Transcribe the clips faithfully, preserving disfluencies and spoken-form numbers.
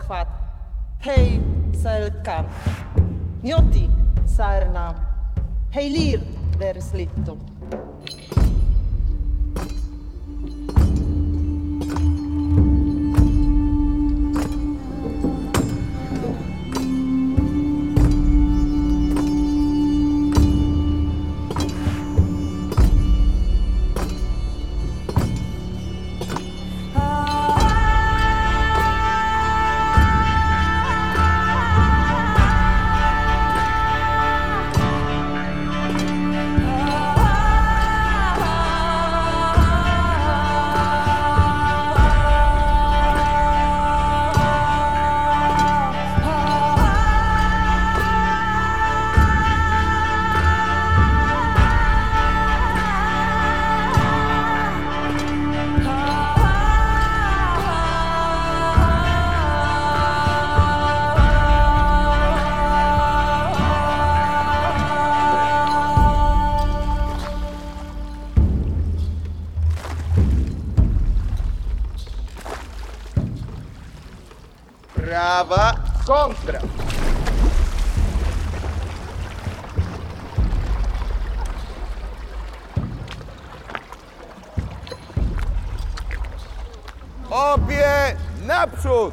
Quad, hei selkam, joti saarna, hei lir verslittu. Prawa kontra. Obie naprzód.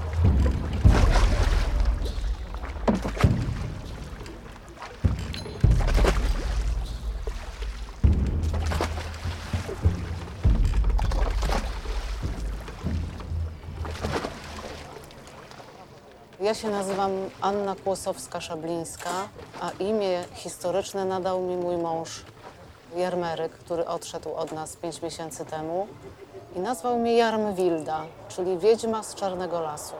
Ja się nazywam Anna Kłosowska-Szablińska, a imię historyczne nadał mi mój mąż Jarmeryk, który odszedł od nas pięć miesięcy temu i nazwał mnie Jarmwilda, czyli wiedźma z Czarnego Lasu.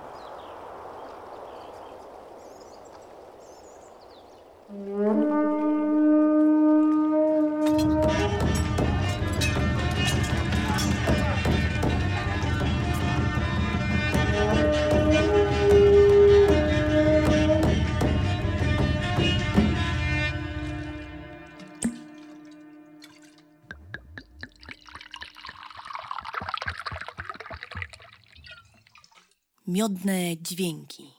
Miodne dźwięki.